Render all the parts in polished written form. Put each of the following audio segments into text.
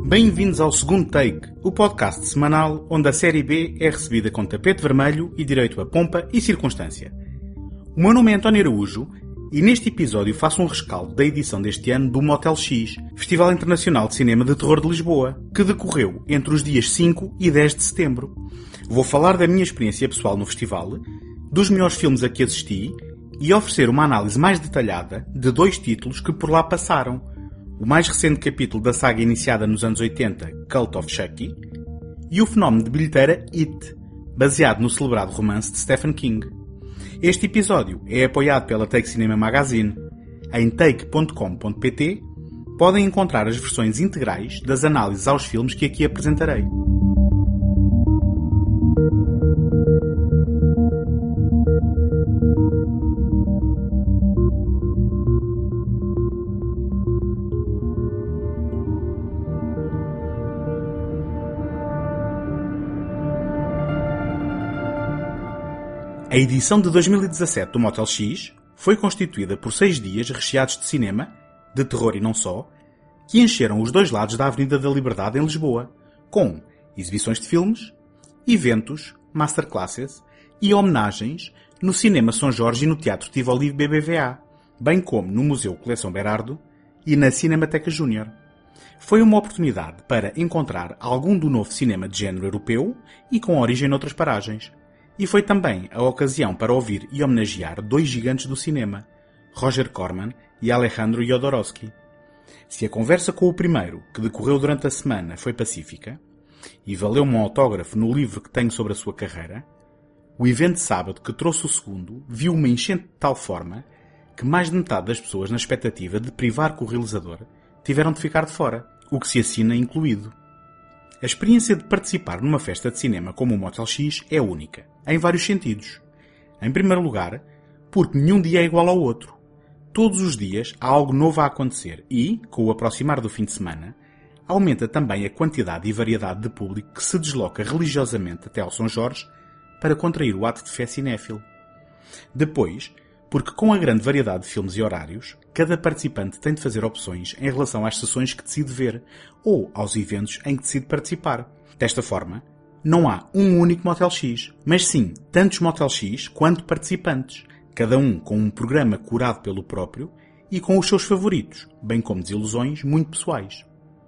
Bem-vindos ao Segundo Take, o podcast semanal onde a série B é recebida com tapete vermelho e direito a pompa e circunstância. O meu nome é António Araújo e neste episódio faço um rescaldo da edição deste ano do Motel X, Festival Internacional de Cinema de Terror de Lisboa, que decorreu entre os dias 5 e 10 de setembro. Vou falar da minha experiência pessoal no festival, dos melhores filmes a que assisti e oferecer uma análise mais detalhada de 2 títulos que por lá passaram. O mais recente capítulo da saga iniciada nos anos 80, Cult of Chucky, e o fenómeno de bilheteira It, baseado no celebrado romance de Stephen King. Este episódio é apoiado pela Take Cinema Magazine. Em take.com.pt podem encontrar as versões integrais das análises aos filmes que aqui apresentarei. A edição de 2017 do Motel X foi constituída por 6 dias recheados de cinema, de terror e não só, que encheram os 2 lados da Avenida da Liberdade em Lisboa, com exibições de filmes, eventos, masterclasses e homenagens no Cinema São Jorge e no Teatro Tivoli BBVA, bem como no Museu Coleção Berardo e na Cinemateca Júnior. Foi uma oportunidade para encontrar algum do novo cinema de género europeu e com origem noutras paragens. E foi também a ocasião para ouvir e homenagear 2 gigantes do cinema, Roger Corman e Alejandro Jodorowsky. Se a conversa com o primeiro, que decorreu durante a semana, foi pacífica, e valeu-me um autógrafo no livro que tenho sobre a sua carreira, o evento de sábado que trouxe o segundo viu uma enchente de tal forma que mais de metade das pessoas na expectativa de privar com o realizador tiveram de ficar de fora, o que se assina incluído. A experiência de participar numa festa de cinema como o Motel X é única, em vários sentidos. Em primeiro lugar, porque nenhum dia é igual ao outro. Todos os dias há algo novo a acontecer e, com o aproximar do fim de semana, aumenta também a quantidade e variedade de público que se desloca religiosamente até ao São Jorge para contrair o ato de fé cinéfilo. Depois, porque com a grande variedade de filmes e horários, cada participante tem de fazer opções em relação às sessões que decide ver ou aos eventos em que decide participar. Desta forma, não há um único Motel X, mas sim tantos Motel X quanto participantes, cada um com um programa curado pelo próprio e com os seus favoritos, bem como desilusões muito pessoais.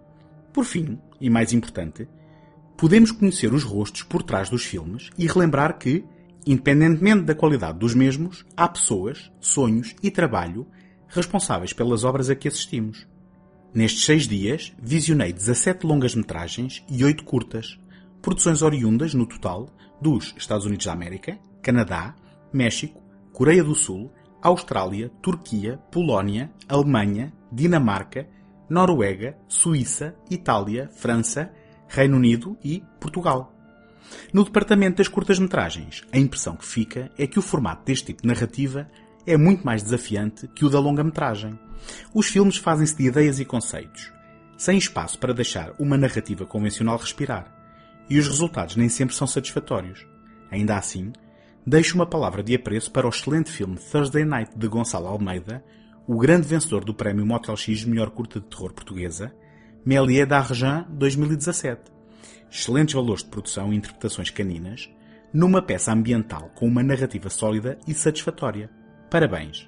Por fim, e mais importante, podemos conhecer os rostos por trás dos filmes e relembrar que, independentemente da qualidade dos mesmos, há pessoas, sonhos e trabalho responsáveis pelas obras a que assistimos. Nestes 6 dias, visionei 17 longas-metragens e 8 curtas, produções oriundas, no total, dos Estados Unidos da América, Canadá, México, Coreia do Sul, Austrália, Turquia, Polónia, Alemanha, Dinamarca, Noruega, Suíça, Itália, França, Reino Unido e Portugal. No departamento das curtas-metragens, a impressão que fica é que o formato deste tipo de narrativa é muito mais desafiante que o da longa-metragem. Os filmes fazem-se de ideias e conceitos, sem espaço para deixar uma narrativa convencional respirar, e os resultados nem sempre são satisfatórios. Ainda assim, deixo uma palavra de apreço para o excelente filme Thursday Night de Gonçalo Almeida, o grande vencedor do prémio Motel X Melhor Curta de Terror Portuguesa, Méliès d'Argent 2017. Excelentes valores de produção e interpretações caninas, numa peça ambiental com uma narrativa sólida e satisfatória. Parabéns!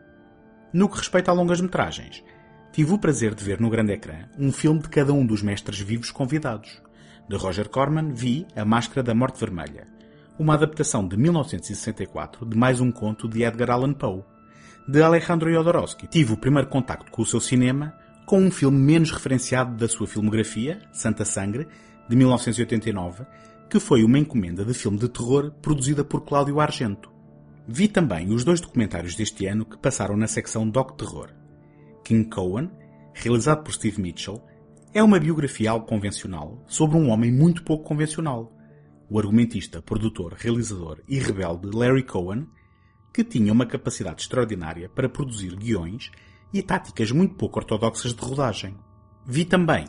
No que respeita a longas-metragens, tive o prazer de ver no grande ecrã um filme de cada um dos mestres vivos convidados. De Roger Corman vi A Máscara da Morte Vermelha, uma adaptação de 1964 de mais um conto de Edgar Allan Poe. De Alejandro Jodorowsky tive o primeiro contacto com o seu cinema com um filme menos referenciado da sua filmografia, Santa Sangre, de 1989, que foi uma encomenda de filme de terror produzida por Cláudio Argento. Vi também os 2 documentários deste ano que passaram na secção Doc Terror. King Cohen, realizado por Steve Mitchell, é uma biografia algo convencional sobre um homem muito pouco convencional, o argumentista, produtor, realizador e rebelde Larry Cohen, que tinha uma capacidade extraordinária para produzir guiões e táticas muito pouco ortodoxas de rodagem. Vi também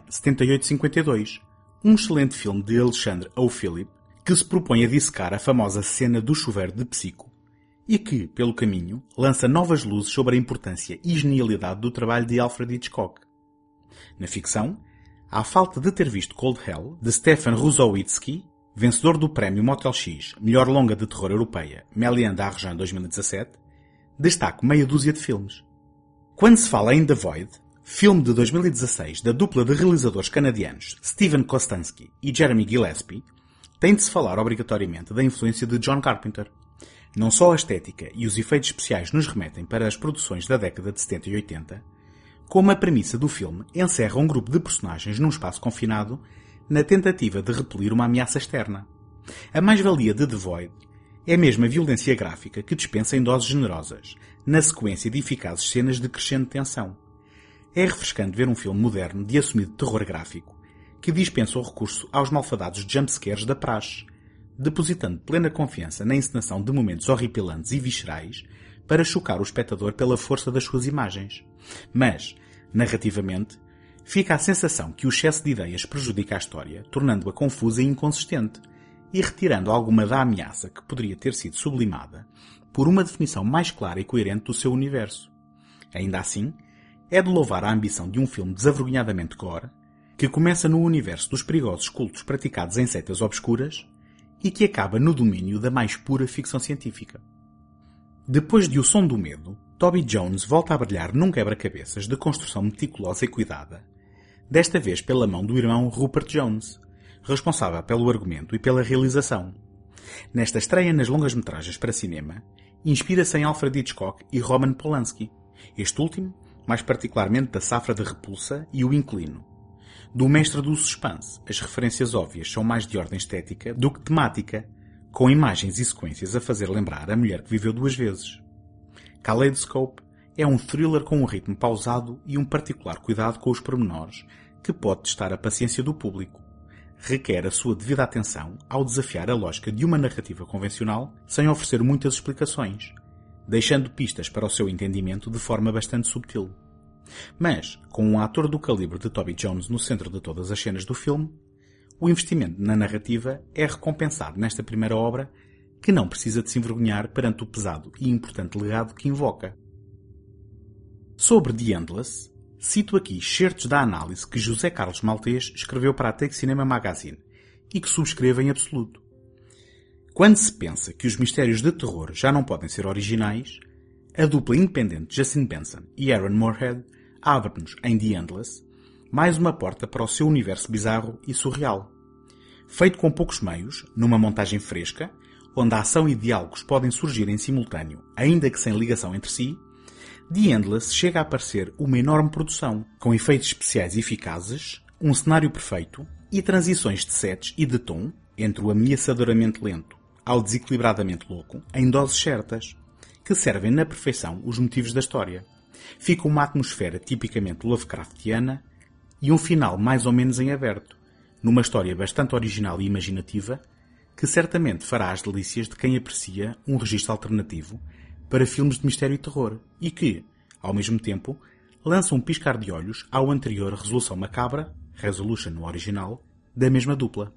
7852, um excelente filme de Alexandre O. Philip, que se propõe a dissecar a famosa cena do chuveiro de Psico e que, pelo caminho, lança novas luzes sobre a importância e genialidade do trabalho de Alfred Hitchcock. Na ficção, À falta de ter visto Cold Hell, de Stefan Ruzowitzki, vencedor do prémio Motel X, melhor longa de terror europeia, Méliès d'Argent 2017, destaco meia dúzia de filmes. Quando se fala em The Void, filme de 2016 da dupla de realizadores canadianos Steven Kostanski e Jeremy Gillespie, tem de se falar obrigatoriamente da influência de John Carpenter. Não só a estética e os efeitos especiais nos remetem para as produções da década de 70 e 80, como a premissa do filme encerra um grupo de personagens num espaço confinado na tentativa de repelir uma ameaça externa. A mais-valia de The Void é mesmo a violência gráfica que dispensa em doses generosas, na sequência de eficazes cenas de crescente tensão. É refrescante ver um filme moderno de assumido terror gráfico que dispensa o recurso aos malfadados jumpscares da praxe, depositando plena confiança na encenação de momentos horripilantes e viscerais para chocar o espectador pela força das suas imagens. Mas, narrativamente, fica a sensação que o excesso de ideias prejudica a história, tornando-a confusa e inconsistente, e retirando alguma da ameaça que poderia ter sido sublimada por uma definição mais clara e coerente do seu universo. Ainda assim, é de louvar a ambição de um filme desavergonhadamente gore, que começa no universo dos perigosos cultos praticados em seitas obscuras e que acaba no domínio da mais pura ficção científica. Depois de O Som do Medo, Toby Jones volta a brilhar num quebra-cabeças de construção meticulosa e cuidada, desta vez pela mão do irmão Rupert Jones, responsável pelo argumento e pela realização. Nesta estreia nas longas-metragens para cinema, inspira-se em Alfred Hitchcock e Roman Polanski, este último, mais particularmente da safra de Repulsa e O Inquilino. Do mestre do suspense, as referências óbvias são mais de ordem estética do que temática, com imagens e sequências a fazer lembrar a mulher que viveu duas vezes. Kaleidoscope é um thriller com um ritmo pausado e um particular cuidado com os pormenores que pode testar a paciência do público. Requer a sua devida atenção ao desafiar a lógica de uma narrativa convencional sem oferecer muitas explicações, deixando pistas para o seu entendimento de forma bastante subtil. Mas, com um ator do calibre de Toby Jones no centro de todas as cenas do filme, o investimento na narrativa é recompensado nesta primeira obra que não precisa de se envergonhar perante o pesado e importante legado que invoca. Sobre The Endless, cito aqui excertos da análise que José Carlos Maltês escreveu para a Take Cinema Magazine e que subscreve em absoluto. Quando se pensa que os mistérios de terror já não podem ser originais, a dupla independente Justin Benson e Aaron Moorhead abre-nos em The Endless mais uma porta para o seu universo bizarro e surreal. Feito com poucos meios, numa montagem fresca, onde a ação e diálogos podem surgir em simultâneo, ainda que sem ligação entre si, The Endless chega a parecer uma enorme produção, com efeitos especiais eficazes, um cenário perfeito e transições de sets e de tom, entre o ameaçadoramente lento ao desequilibradamente louco, em doses certas, que servem na perfeição os motivos da história. Fica uma atmosfera tipicamente Lovecraftiana e um final mais ou menos em aberto, numa história bastante original e imaginativa, que certamente fará as delícias de quem aprecia um registro alternativo para filmes de mistério e terror, e que, ao mesmo tempo, lança um piscar de olhos ao anterior Resolução Macabra, Resolution no original, da mesma dupla.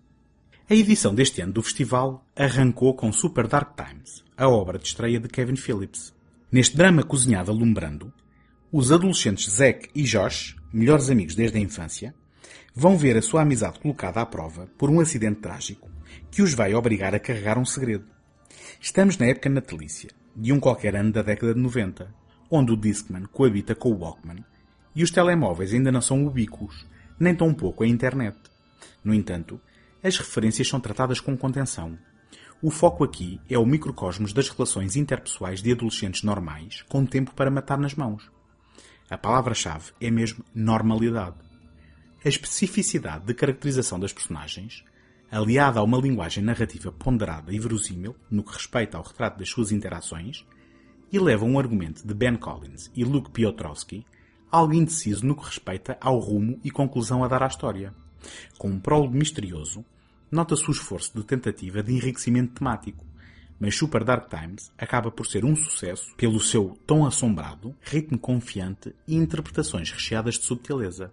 A edição deste ano do festival arrancou com Super Dark Times, a obra de estreia de Kevin Phillips. Neste drama cozinhado alumbrando, os adolescentes Zack e Josh, melhores amigos desde a infância, vão ver a sua amizade colocada à prova por um acidente trágico que os vai obrigar a carregar um segredo. Estamos na época natalícia, de um qualquer ano da década de 90, onde o Discman coabita com o Walkman e os telemóveis ainda não são ubíquos, nem tão pouco a internet. No entanto, as referências são tratadas com contenção. O foco aqui é o microcosmos das relações interpessoais de adolescentes normais com tempo para matar nas mãos. A palavra-chave é mesmo normalidade. A especificidade de caracterização das personagens, aliada a uma linguagem narrativa ponderada e verosímil no que respeita ao retrato das suas interações, eleva um argumento de Ben Collins e Luke Piotrowski algo indeciso no que respeita ao rumo e conclusão a dar à história. Com um prólogo misterioso, nota-se o esforço de tentativa de enriquecimento temático, mas Super Dark Times acaba por ser um sucesso pelo seu tom assombrado, ritmo confiante e interpretações recheadas de subtileza.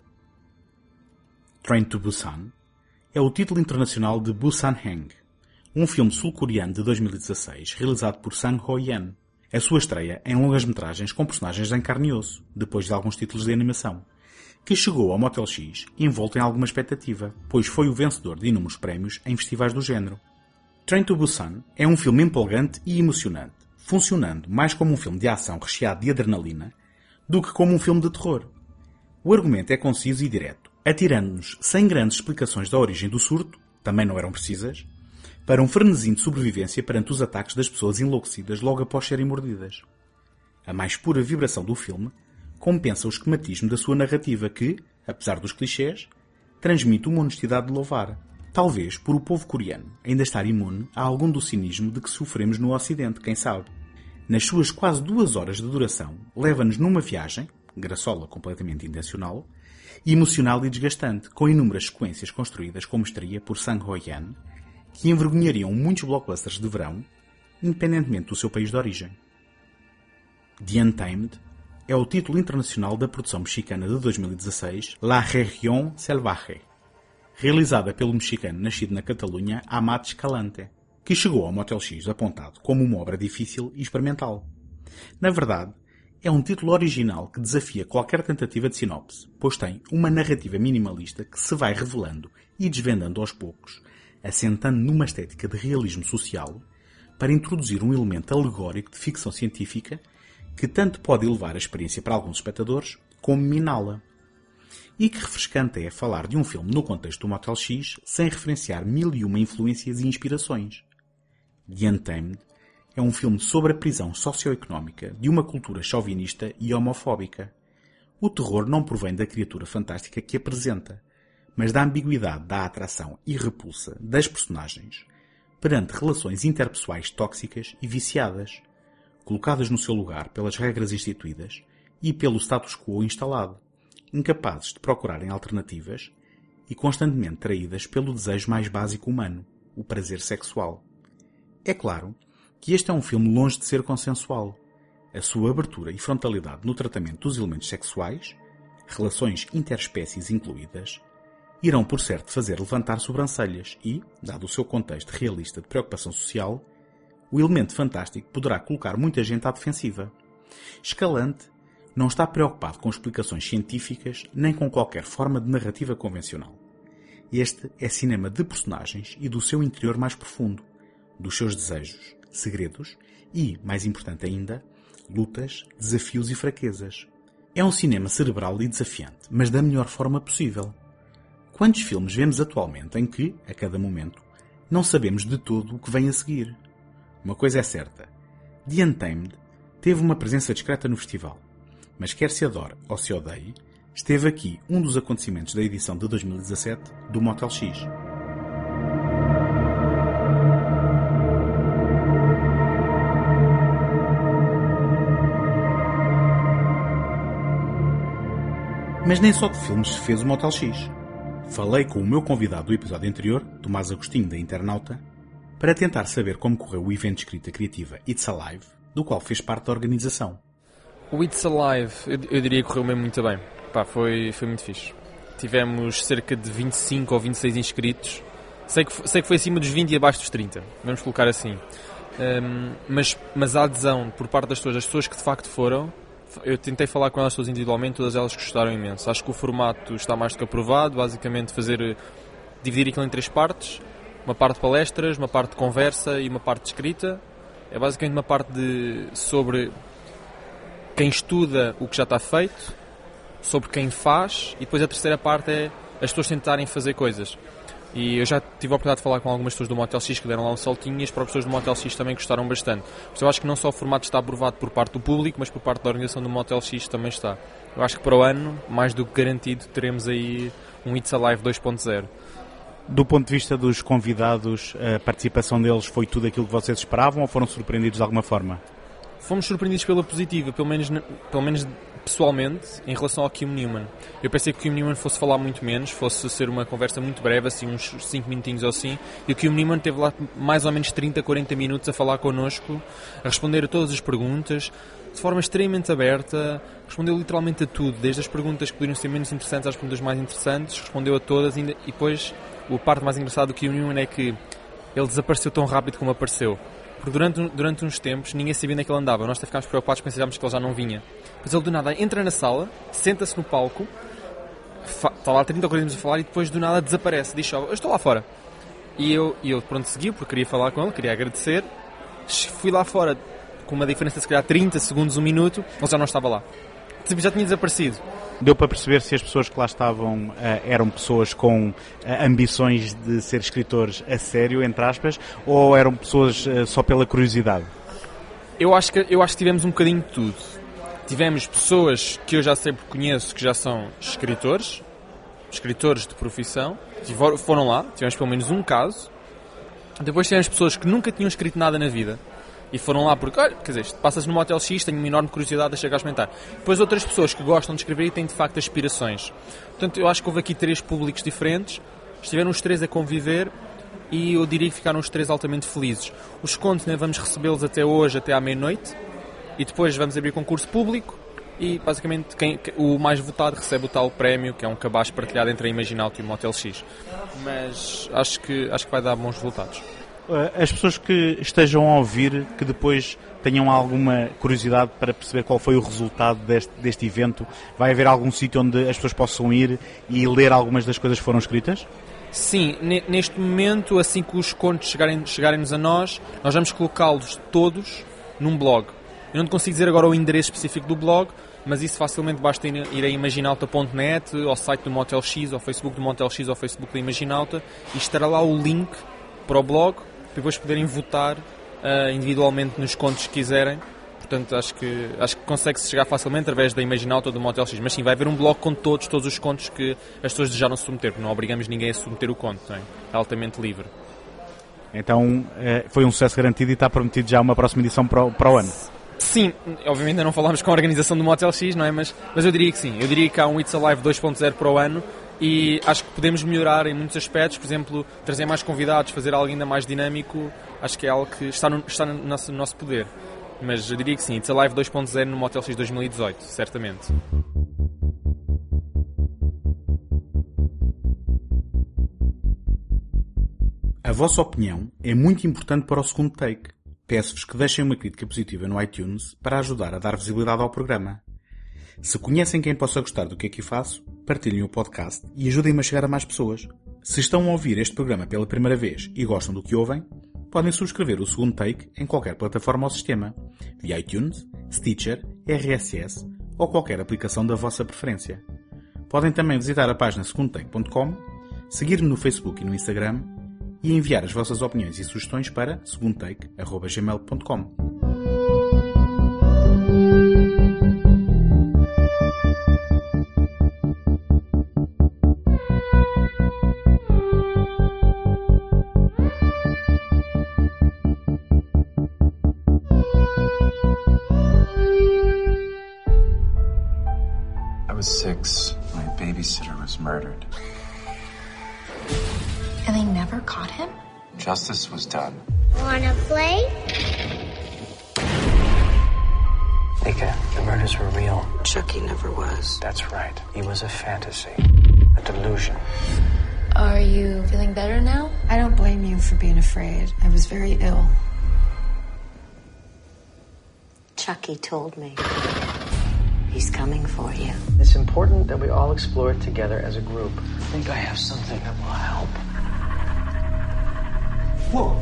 Train to Busan é o título internacional de Busan Hang, um filme sul-coreano de 2016 realizado por Sang Ho Yeon. A sua estreia em longas-metragens com personagens em carne e osso, depois de alguns títulos de animação, que chegou ao Motel X envolto em alguma expectativa, pois foi o vencedor de inúmeros prémios em festivais do género. Train to Busan é um filme empolgante e emocionante, funcionando mais como um filme de ação recheado de adrenalina do que como um filme de terror. O argumento é conciso e direto, atirando-nos sem grandes explicações da origem do surto, também não eram precisas, para um frenesim de sobrevivência perante os ataques das pessoas enlouquecidas logo após serem mordidas. A mais pura vibração do filme compensa o esquematismo da sua narrativa que, apesar dos clichês, transmite uma honestidade de louvar. Talvez por o povo coreano ainda estar imune a algum do cinismo de que sofremos no Ocidente, quem sabe. Nas suas quase 2 horas de duração, leva-nos numa viagem, graçola completamente intencional, emocional e desgastante, com inúmeras sequências construídas com mestria por Sang Ho-yan, que envergonhariam muitos blockbusters de verão, independentemente do seu país de origem. The Untamed é o título internacional da produção mexicana de 2016 La Región Salvaje, realizada pelo mexicano nascido na Catalunha Amat Escalante, que chegou ao Motel X apontado como uma obra difícil e experimental. Na verdade, é um título original que desafia qualquer tentativa de sinopse, pois tem uma narrativa minimalista que se vai revelando e desvendando aos poucos, assentando numa estética de realismo social, para introduzir um elemento alegórico de ficção científica que tanto pode elevar a experiência para alguns espectadores, como miná-la. E que refrescante é falar de um filme no contexto do Motel X sem referenciar 1001 influências e inspirações. The Untamed é um filme sobre a prisão socioeconómica de uma cultura chauvinista e homofóbica. O terror não provém da criatura fantástica que apresenta, mas da ambiguidade da atração e repulsa das personagens perante relações interpessoais tóxicas e viciadas, colocadas no seu lugar pelas regras instituídas e pelo status quo instalado, incapazes de procurarem alternativas e constantemente traídas pelo desejo mais básico humano, o prazer sexual. É claro que este é um filme longe de ser consensual. A sua abertura e frontalidade no tratamento dos elementos sexuais, relações interespécies incluídas, irão por certo fazer levantar sobrancelhas e, dado o seu contexto realista de preocupação social, o elemento fantástico poderá colocar muita gente à defensiva. Escalante não está preocupado com explicações científicas nem com qualquer forma de narrativa convencional. Este é cinema de personagens e do seu interior mais profundo, dos seus desejos, segredos e, mais importante ainda, lutas, desafios e fraquezas. É um cinema cerebral e desafiante, mas da melhor forma possível. Quantos filmes vemos atualmente em que, a cada momento, não sabemos de todo o que vem a seguir? Uma coisa é certa. The Untamed teve uma presença discreta no festival, mas quer se adore ou se odeie, esteve aqui um dos acontecimentos da edição de 2017 do Motel X. Mas nem só de filmes se fez o Motel X. Falei com o meu convidado do episódio anterior, Tomás Agostinho, da Internauta, para tentar saber como correu o evento de escrita criativa It's Alive, do qual fez parte da organização. O It's Alive, eu diria que correu mesmo muito bem. Foi muito fixe. Tivemos cerca de 25 ou 26 inscritos. Sei que foi acima dos 20 e abaixo dos 30, vamos colocar assim. Mas a adesão por parte das pessoas que de facto foram, eu tentei falar com elas todas individualmente, todas elas gostaram imenso. Acho que o formato está mais do que aprovado, basicamente dividir aquilo em 3 partes. Uma parte de palestras, uma parte de conversa e uma parte de escrita. É basicamente uma parte sobre quem estuda o que já está feito, sobre quem faz, e depois a terceira parte é as pessoas tentarem fazer coisas. E eu já tive a oportunidade de falar com algumas pessoas do Motel X que deram lá um saltinho, e as próprias pessoas do Motel X também gostaram bastante. Por isso eu acho que não só o formato está aprovado por parte do público, mas por parte da organização do Motel X também está. Eu acho que para o ano, mais do que garantido, teremos aí um It's Alive 2.0. Do ponto de vista dos convidados, a participação deles foi tudo aquilo que vocês esperavam ou foram surpreendidos de alguma forma? Fomos surpreendidos pela positiva, pelo menos pessoalmente, em relação ao Kim Newman. Eu pensei que o Kim Newman fosse falar muito menos, fosse ser uma conversa muito breve, assim uns 5 minutinhos ou assim, e o Kim Newman teve lá mais ou menos 30, 40 minutos a falar connosco, a responder a todas as perguntas, de forma extremamente aberta, respondeu literalmente a tudo, desde as perguntas que poderiam ser menos interessantes às perguntas mais interessantes, respondeu a todas, e depois a parte mais engraçada do Kim Newman é que ele desapareceu tão rápido como apareceu. Porque durante uns tempos ninguém sabia onde é que ele andava. Nós até ficámos preocupados, pensávamos que ele já não vinha. Mas ele do nada entra na sala, senta-se no palco, está lá 30 ou 40 minutos a falar e depois do nada desaparece, diz só, eu estou lá fora. E eu pronto, segui, porque queria falar com ele, queria agradecer. Fui lá fora, com uma diferença de se calhar 30 segundos, 1 minuto, ele já não estava lá. Já tinha desaparecido. Deu para perceber se as pessoas que lá estavam eram pessoas com ambições de ser escritores a sério, entre aspas, ou eram pessoas só pela curiosidade? Eu acho que tivemos um bocadinho de tudo. Tivemos pessoas que eu já sempre conheço, que já são escritores de profissão, foram lá, tivemos pelo menos um caso. Depois tivemos pessoas que nunca tinham escrito nada na vida e foram lá porque, olha, quer dizer, passas no Motel X, tenho uma enorme curiosidade, deixa cá experimentar. Depois outras pessoas que gostam de escrever e têm de facto aspirações. Portanto, eu acho que houve aqui 3 públicos diferentes, estiveram os 3 a conviver e eu diria que ficaram os 3 altamente felizes. Os contos, né, vamos recebê-los até hoje, até à meia-noite, e depois vamos abrir concurso público e basicamente o mais votado recebe o tal prémio, que é um cabaz partilhado entre a Imaginalto e o Motel X. Mas acho que vai dar bons resultados. As pessoas que estejam a ouvir, que depois tenham alguma curiosidade para perceber qual foi o resultado deste evento, vai haver algum sítio onde as pessoas possam ir e ler algumas das coisas que foram escritas? Sim, neste momento, assim que os contos chegarem-nos a nós vamos colocá-los todos num blog. Eu não te consigo dizer agora o endereço específico do blog, mas isso facilmente basta ir a imaginalta.net, ao site do Motel X, ao Facebook do Motel X, ao Facebook da Imaginalta, e estará lá o link para o blog, para depois poderem votar individualmente nos contos que quiserem. Portanto, acho que consegue-se chegar facilmente através da Imaginalta ou do Motel X. Mas sim, vai haver um blog com todos os contos que as pessoas desejaram submeter, porque não obrigamos ninguém a submeter o conto, não é? É altamente livre. Então, foi um sucesso garantido e está prometido já uma próxima edição para o ano. Sim, obviamente ainda não falámos com a organização do Motel X, não é? Mas eu diria que sim. Eu diria que há um It's Alive 2.0 para o ano e acho que podemos melhorar em muitos aspectos. Por exemplo, trazer mais convidados, fazer algo ainda mais dinâmico. Acho que é algo que está no nosso poder. Mas eu diria que sim, It's Alive 2.0 no Motel X 2018, certamente. A vossa opinião é muito importante para o segundo take. Peço-vos que deixem uma crítica positiva no iTunes para ajudar a dar visibilidade ao programa. Se conhecem quem possa gostar do que aqui faço, partilhem o podcast e ajudem-me a chegar a mais pessoas. Se estão a ouvir este programa pela primeira vez e gostam do que ouvem, podem subscrever o segundo take em qualquer plataforma ou sistema, via iTunes, Stitcher, RSS ou qualquer aplicação da vossa preferência. Podem também visitar a página segundotake.com, seguir-me no Facebook e no Instagram e enviar as vossas opiniões e sugestões para segundotake@gmail.com. I was 6. My babysitter was murdered. And they never caught him? Justice was done. Wanna play? Nika, the murders were real. Chucky never was. That's right. He was a fantasy. A delusion. Are you feeling better now? I don't blame you for being afraid. I was very ill. Chucky told me. He's coming for you. It's important that we all explore it together as a group. I think I have something that will help. Whoa!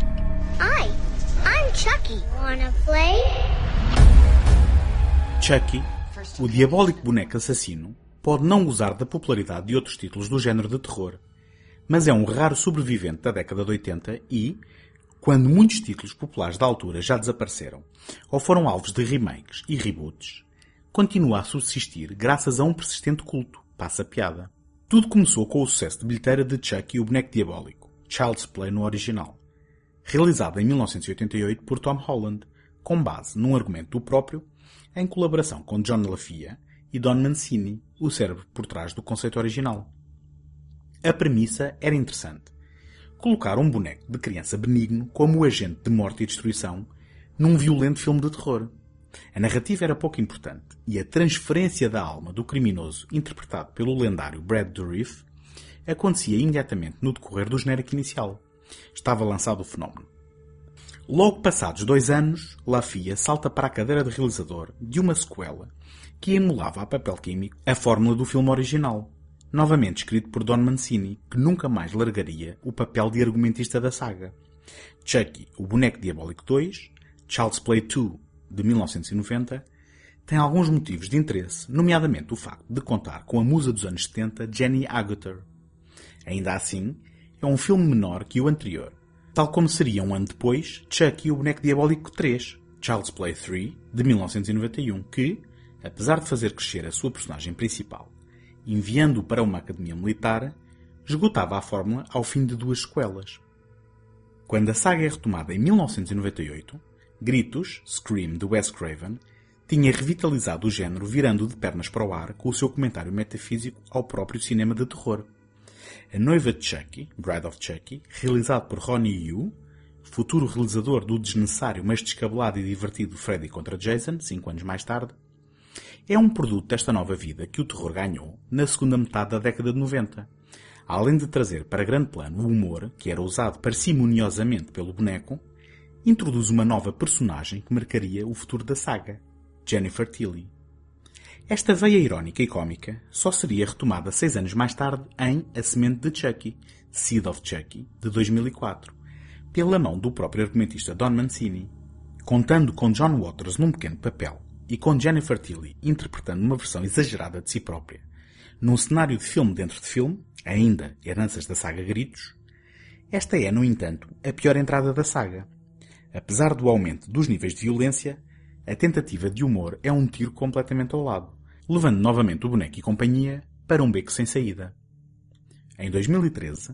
I'm Chucky. Wanna play? Chucky, o diabólico boneco assassino, pode não gozar da popularidade de outros títulos do género de terror, mas é um raro sobrevivente da década de 80 e, quando muitos títulos populares da altura já desapareceram ou foram alvos de remakes e reboots, continua a subsistir graças a um persistente culto, passa piada. Tudo começou com o sucesso de bilheteira de Chucky, o boneco diabólico, Child's Play no original, realizado em 1988 por Tom Holland, com base num argumento do próprio, em colaboração com John LaFia e Don Mancini, o cérebro por trás do conceito original. A premissa era interessante. Colocar um boneco de criança benigno como o agente de morte e destruição num violento filme de terror. A narrativa era pouco importante e a transferência da alma do criminoso, interpretado pelo lendário Brad Dourif, acontecia imediatamente no decorrer do genérico inicial. Estava lançado o fenómeno. Logo passados 2 anos, LaFia salta para a cadeira de realizador de uma sequela que emulava a papel químico a fórmula do filme original. novamente escrito por Don Mancini, que nunca mais largaria o papel de argumentista da saga. Chucky, o Boneco Diabólico 2, Child's Play 2, de 1990, tem alguns motivos de interesse, nomeadamente o facto de contar com a musa dos anos 70, Jenny Agutter. Ainda assim, é um filme menor que o anterior, tal como seria um ano depois Chucky, o Boneco Diabólico 3, Child's Play 3, de 1991, que, apesar de fazer crescer a sua personagem principal, enviando-o para uma academia militar, esgotava a fórmula ao fim de 2 sequelas. Quando a saga é retomada em 1998, Gritos, Scream, de Wes Craven, tinha revitalizado o género virando de pernas para o ar com o seu comentário metafísico ao próprio cinema de terror. A noiva de Chucky, Bride of Chucky, realizado por Ronnie Yu, futuro realizador do desnecessário mas descabelado e divertido Freddy contra Jason, 5 anos mais tarde, é um produto desta nova vida que o terror ganhou na segunda metade da década de 90. Além de trazer para grande plano o humor, que era usado parcimoniosamente pelo boneco, introduz uma nova personagem que marcaria o futuro da saga, Jennifer Tilly. Esta veia irónica e cómica só seria retomada 6 anos mais tarde em A Semente de Chucky, Seed of Chucky, de 2004, pela mão do próprio argumentista Don Mancini, contando com John Waters num pequeno papel e com Jennifer Tilly interpretando uma versão exagerada de si própria. Num cenário de filme dentro de filme, ainda heranças da saga Gritos, esta é, no entanto, a pior entrada da saga. Apesar do aumento dos níveis de violência, a tentativa de humor é um tiro completamente ao lado, levando novamente o boneco e companhia para um beco sem saída. Em 2013,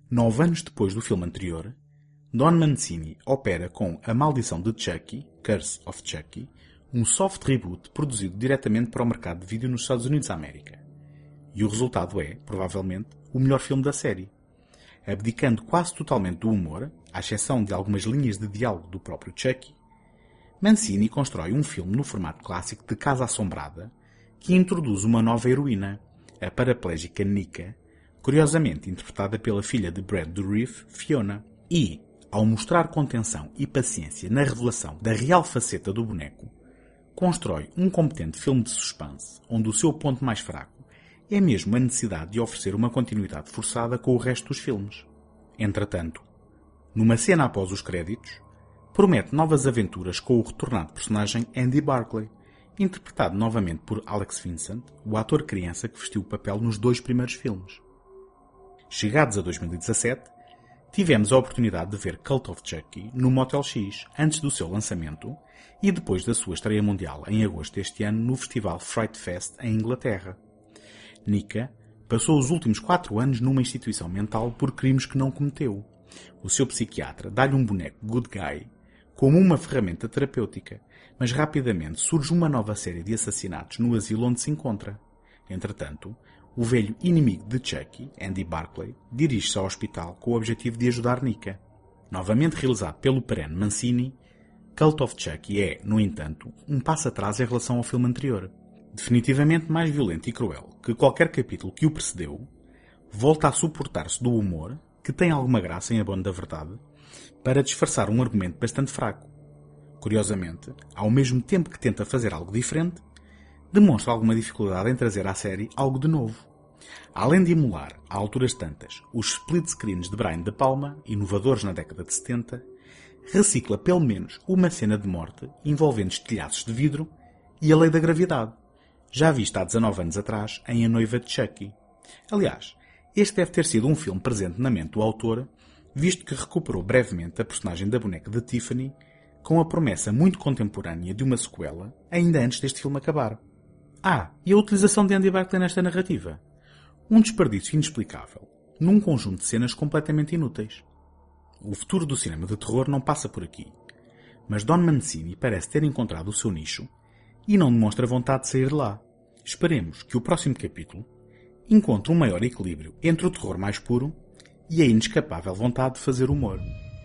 9 anos depois do filme anterior, Don Mancini opera com A Maldição de Chucky, Curse of Chucky, um soft reboot produzido diretamente para o mercado de vídeo nos Estados Unidos da América. E o resultado é, provavelmente, o melhor filme da série. Abdicando quase totalmente do humor, à exceção de algumas linhas de diálogo do próprio Chucky, Mancini constrói um filme no formato clássico de Casa Assombrada que introduz uma nova heroína, a paraplégica Nika, curiosamente interpretada pela filha de Brad Dourif, Fiona, e, ao mostrar contenção e paciência na revelação da real faceta do boneco, constrói um competente filme de suspense onde o seu ponto mais fraco é mesmo a necessidade de oferecer uma continuidade forçada com o resto dos filmes. Entretanto, numa cena após os créditos, promete novas aventuras com o retornado personagem Andy Barclay, interpretado novamente por Alex Vincent, o ator criança que vestiu o papel nos 2 primeiros filmes. Chegados a 2017, tivemos a oportunidade de ver Cult of Chucky no Motel X antes do seu lançamento e depois da sua estreia mundial em agosto deste ano no Festival Fright Fest em Inglaterra. Nika passou os últimos 4 anos numa instituição mental por crimes que não cometeu. O seu psiquiatra dá-lhe um boneco good guy como uma ferramenta terapêutica, mas rapidamente surge uma nova série de assassinatos no asilo onde se encontra. Entretanto, o velho inimigo de Chucky, Andy Barclay, dirige-se ao hospital com o objetivo de ajudar Nika. Novamente realizado pelo perene Mancini, Cult of Chucky é, no entanto, um passo atrás em relação ao filme anterior. Definitivamente mais violento e cruel que qualquer capítulo que o precedeu, volta a suportar-se do humor, que tem alguma graça em abono da verdade, para disfarçar um argumento bastante fraco. Curiosamente, ao mesmo tempo que tenta fazer algo diferente, demonstra alguma dificuldade em trazer à série algo de novo. Além de emular, a alturas tantas, os split screens de Brian De Palma, inovadores na década de 70, recicla pelo menos uma cena de morte envolvendo estilhaços de vidro e a lei da gravidade, já vista há 19 anos atrás em A Noiva de Chucky. Aliás, este deve ter sido um filme presente na mente do autor, visto que recuperou brevemente a personagem da boneca de Tiffany, com a promessa muito contemporânea de uma sequela, ainda antes deste filme acabar. E a utilização de Andy Barclay nesta narrativa. Um desperdício inexplicável, num conjunto de cenas completamente inúteis. O futuro do cinema de terror não passa por aqui, mas Don Mancini parece ter encontrado o seu nicho e não demonstra vontade de sair de lá. Esperemos que o próximo capítulo encontre um maior equilíbrio entre o terror mais puro e a inescapável vontade de fazer humor.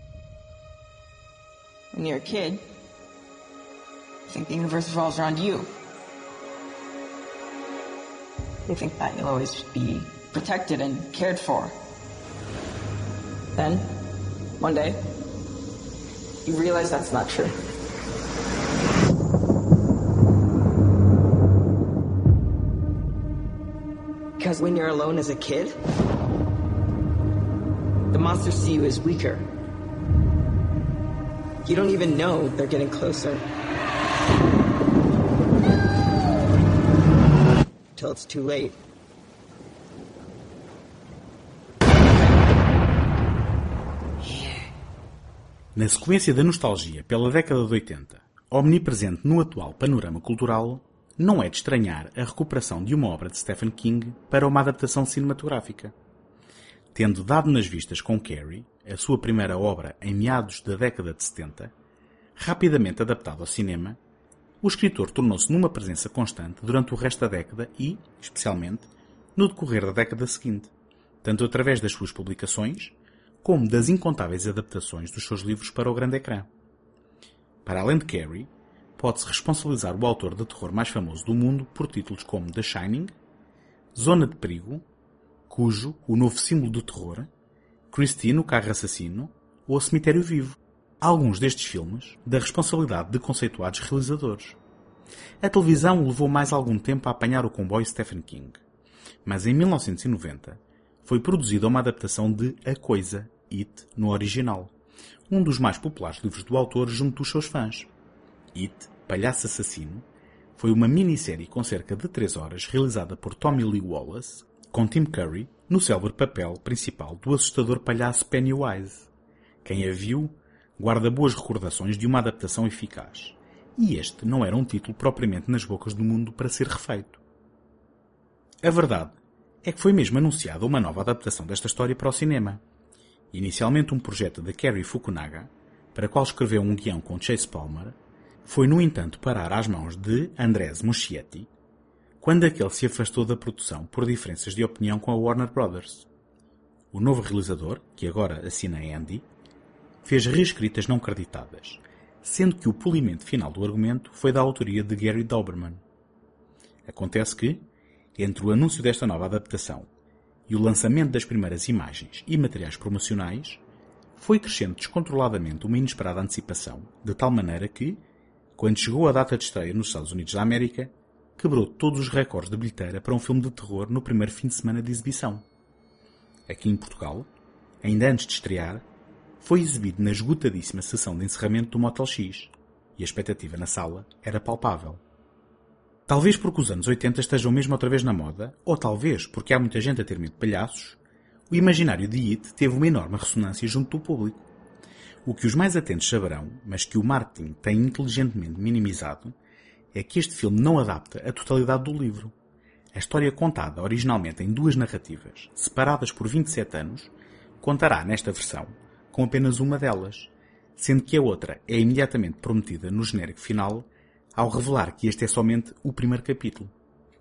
When you're a kid, you think the universe revolves around you. You think that you'll always be protected and cared for. Then, one day, you realize that's not true. Because when you're alone as a kid, the monsters see you as weaker. You don't even know they're getting closer. Till it's too late. Na sequência da nostalgia pela década de 80, omnipresente no atual panorama cultural, não é de estranhar a recuperação de uma obra de Stephen King para uma adaptação cinematográfica. Tendo dado nas vistas com Carrie, a sua primeira obra em meados da década de 70, rapidamente adaptado ao cinema, o escritor tornou-se numa presença constante durante o resto da década e, especialmente, no decorrer da década seguinte, tanto através das suas publicações, como das incontáveis adaptações dos seus livros para o grande ecrã. Para além de Carrie, pode-se responsabilizar o autor de terror mais famoso do mundo por títulos como The Shining, Zona de Perigo, Cujo, o novo símbolo do terror, Christine, o carro assassino ou Cemitério Vivo, alguns destes filmes da responsabilidade de conceituados realizadores. A televisão levou mais algum tempo a apanhar o comboio Stephen King, mas em 1990 foi produzida uma adaptação de A Coisa, It, no original, um dos mais populares livros do autor junto dos seus fãs. It, Palhaço Assassino, foi uma minissérie com cerca de 3 horas realizada por Tommy Lee Wallace, com Tim Curry no célebre papel principal do assustador palhaço Pennywise. Quem a viu guarda boas recordações de uma adaptação eficaz, e este não era um título propriamente nas bocas do mundo para ser refeito. A verdade é que foi mesmo anunciada uma nova adaptação desta história para o cinema. Inicialmente um projeto de Cary Fukunaga, para qual escreveu um guião com Chase Palmer, foi no entanto parar às mãos de Andrés Muschietti, quando aquele se afastou da produção por diferenças de opinião com a Warner Brothers. O novo realizador, que agora assina Andy, fez reescritas não creditadas, sendo que o polimento final do argumento foi da autoria de Gary Dauberman. Acontece que, entre o anúncio desta nova adaptação e o lançamento das primeiras imagens e materiais promocionais, foi crescendo descontroladamente uma inesperada antecipação, de tal maneira que, quando chegou a data de estreia nos Estados Unidos da América, quebrou todos os recordes de bilheteira para um filme de terror no primeiro fim de semana de exibição. Aqui em Portugal, ainda antes de estrear, foi exibido na esgotadíssima sessão de encerramento do Motel X, e a expectativa na sala era palpável. Talvez porque os anos 80 estejam mesmo outra vez na moda, ou talvez porque há muita gente a ter medo de palhaços, o imaginário de It teve uma enorme ressonância junto do público. O que os mais atentos saberão, mas que o marketing tem inteligentemente minimizado, é que este filme não adapta a totalidade do livro. A história contada originalmente em 2 narrativas, separadas por 27 anos, contará nesta versão com apenas uma delas, sendo que a outra é imediatamente prometida no genérico final, ao revelar que este é somente o primeiro capítulo.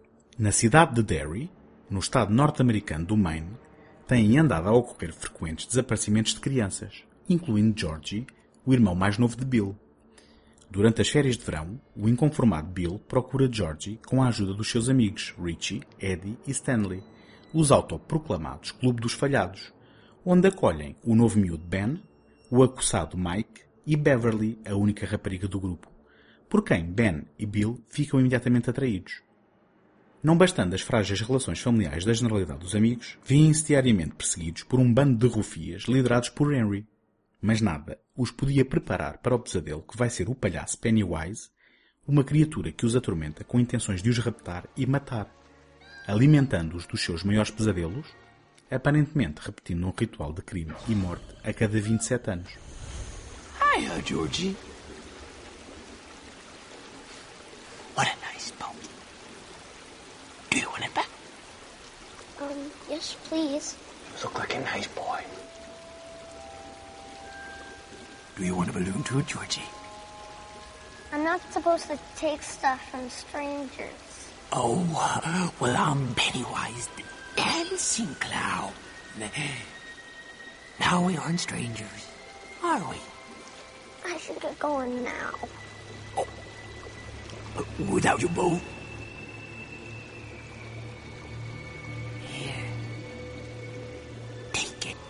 Na cidade de Derry, no estado norte-americano do Maine, têm andado a ocorrer frequentes desaparecimentos de crianças, incluindo Georgie, o irmão mais novo de Bill. Durante as férias de verão, o inconformado Bill procura Georgie com a ajuda dos seus amigos Richie, Eddie e Stanley, os autoproclamados Clube dos Falhados, onde acolhem o novo miúdo Ben, o acossado Mike e Beverly, a única rapariga do grupo, por quem Ben e Bill ficam imediatamente atraídos. Não bastando as frágeis relações familiares da generalidade dos amigos, vêm-se diariamente perseguidos por um bando de rufias liderados por Henry. Mas nada os podia preparar para o pesadelo que vai ser o palhaço Pennywise, uma criatura que os atormenta com intenções de os raptar e matar, alimentando-os dos seus maiores pesadelos, aparentemente repetindo um ritual de crime e morte a cada 27 anos. Hiya, Georgie. What a nice boat. Do you want it back? Yes, please. You look like a nice boy. Do you want a balloon too, Georgie? I'm not supposed to take stuff from strangers. Oh, well, I'm Pennywise the Dancing Clown. Now we aren't strangers, are we? I should get going now. Oh. Without your boat? Here. Take it.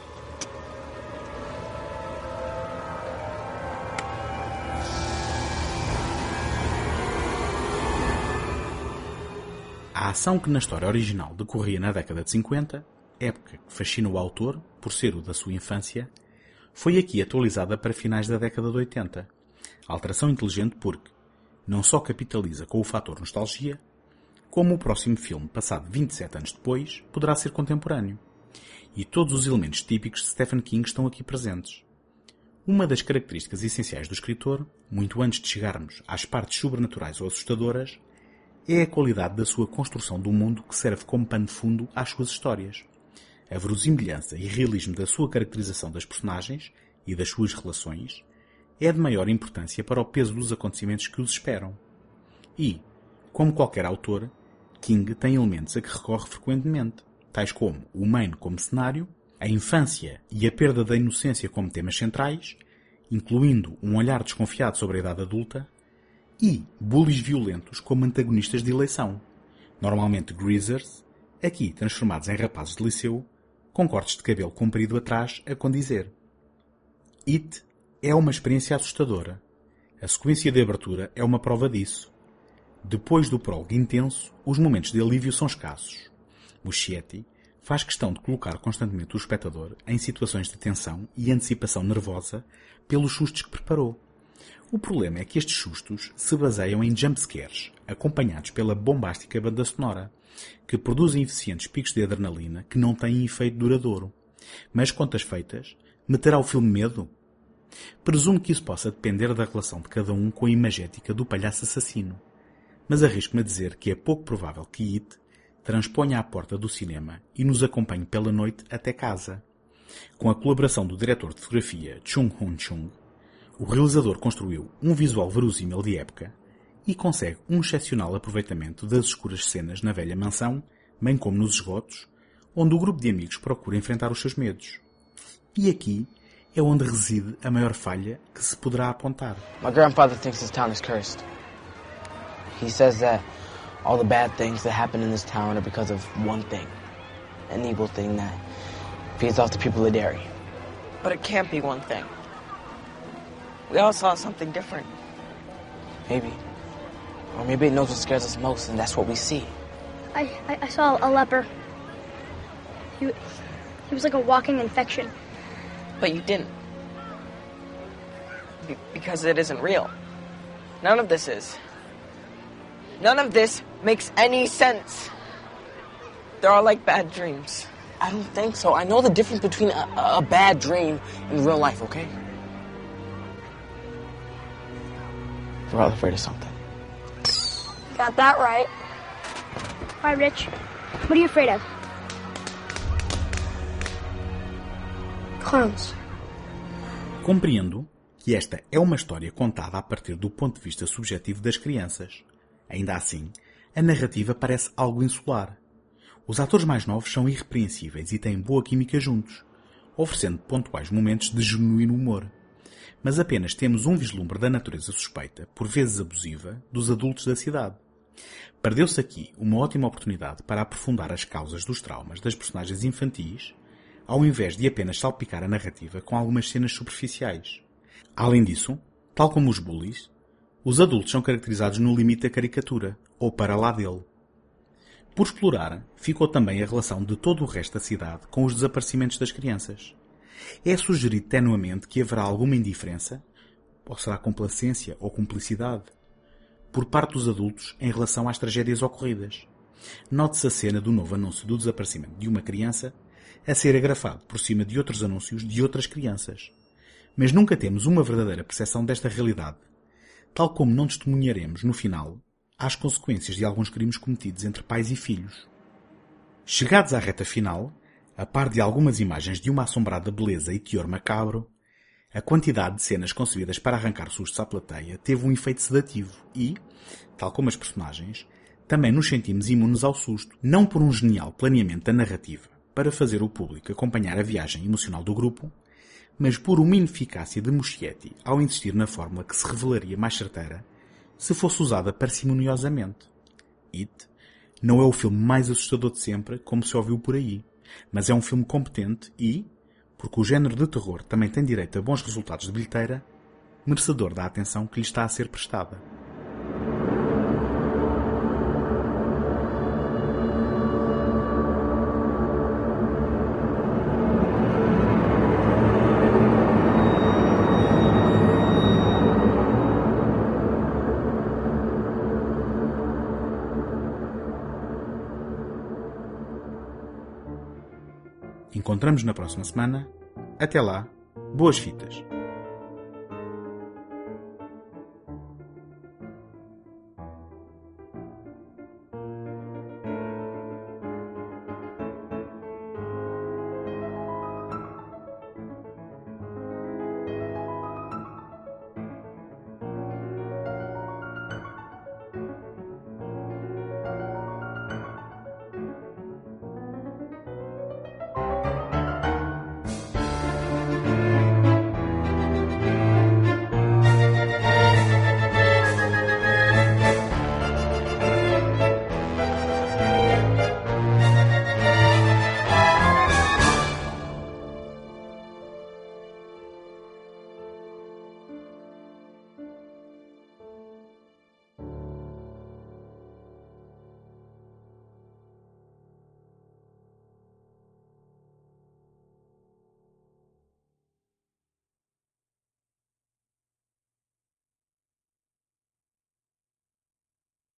A A ação que na história original decorria na década de 50, época que fascina o autor por ser o da sua infância, foi aqui atualizada para finais da década de 80. Alteração inteligente porque não só capitaliza com o fator nostalgia, como o próximo filme, passado 27 anos depois, poderá ser contemporâneo. E todos os elementos típicos de Stephen King estão aqui presentes. Uma das características essenciais do escritor, muito antes de chegarmos às partes sobrenaturais ou assustadoras, é a qualidade da sua construção do mundo que serve como pano de fundo às suas histórias. A verosimilhança e realismo da sua caracterização das personagens e das suas relações é de maior importância para o peso dos acontecimentos que os esperam. E, como qualquer autor, King tem elementos a que recorre frequentemente, tais como o Maine como cenário, a infância e a perda da inocência como temas centrais, incluindo um olhar desconfiado sobre a idade adulta, e bullies violentos como antagonistas de eleição, normalmente greasers, aqui transformados em rapazes de liceu, com cortes de cabelo comprido atrás a condizer. It é uma experiência assustadora. A sequência de abertura é uma prova disso. Depois do prólogo intenso, os momentos de alívio são escassos. Muschietti faz questão de colocar constantemente o espectador em situações de tensão e antecipação nervosa pelos sustos que preparou. O problema é que estes sustos se baseiam em jumpscares, acompanhados pela bombástica banda sonora, que produzem eficientes picos de adrenalina que não têm efeito duradouro. Mas, contas feitas, meterá o filme medo? Presumo que isso possa depender da relação de cada um com a imagética do palhaço assassino. Mas arrisco-me a dizer que é pouco provável que It transponha à porta do cinema e nos acompanhe pela noite até casa. Com a colaboração do diretor de fotografia Chung Hoon-chung, o realizador construiu um visual verosímil de época e consegue um excepcional aproveitamento das escuras cenas na velha mansão, bem como nos esgotos, onde o grupo de amigos procura enfrentar os seus medos. E aqui é onde reside a maior falha que se poderá apontar. My grandfather thinks this town is cursed. He says that all the bad things that happen in this town are because of one thing. An evil thing that feeds off the people of Derry. But it can't be one thing. We all saw something different. Maybe. Or maybe it knows what scares us most, and that's what we see. I saw a leper. He was like a walking infection. But you didn't. Because it isn't real. None of this is. None of this makes any sense. They're all like bad dreams. I don't think so. I know the difference between a bad dream and real life, okay? We're all afraid of something. Got that right. Hi, Rich. What are you afraid of? Clowns. Compreendo que esta é uma história contada a partir do ponto de vista subjetivo das crianças. Ainda assim, a narrativa parece algo insular. Os atores mais novos são irrepreensíveis e têm boa química juntos, oferecendo pontuais momentos de genuíno humor. Mas apenas temos um vislumbre da natureza suspeita, por vezes abusiva, dos adultos da cidade. Perdeu-se aqui uma ótima oportunidade para aprofundar as causas dos traumas das personagens infantis, ao invés de apenas salpicar a narrativa com algumas cenas superficiais. Além disso, tal como os bullies, os adultos são caracterizados no limite da caricatura, ou para lá dele. Por explorar, ficou também a relação de todo o resto da cidade com os desaparecimentos das crianças. É sugerido tenuamente que haverá alguma indiferença, ou será complacência ou cumplicidade, por parte dos adultos em relação às tragédias ocorridas. Note-se a cena do novo anúncio do desaparecimento de uma criança a ser agrafado por cima de outros anúncios de outras crianças. Mas nunca temos uma verdadeira percepção desta realidade, tal como não testemunharemos, no final, às consequências de alguns crimes cometidos entre pais e filhos. Chegados à reta final, a par de algumas imagens de uma assombrada beleza e teor macabro, a quantidade de cenas concebidas para arrancar sustos à plateia teve um efeito sedativo e, tal como as personagens, também nos sentimos imunes ao susto, não por um genial planeamento da narrativa para fazer o público acompanhar a viagem emocional do grupo, mas por uma ineficácia de Muschietti ao insistir na fórmula que se revelaria mais certeira se fosse usada parcimoniosamente. It não é o filme mais assustador de sempre, como se ouviu por aí, mas é um filme competente e, porque o género de terror também tem direito a bons resultados de bilheteira, merecedor da atenção que lhe está a ser prestada. Encontramos na próxima semana. Até lá, boas fitas!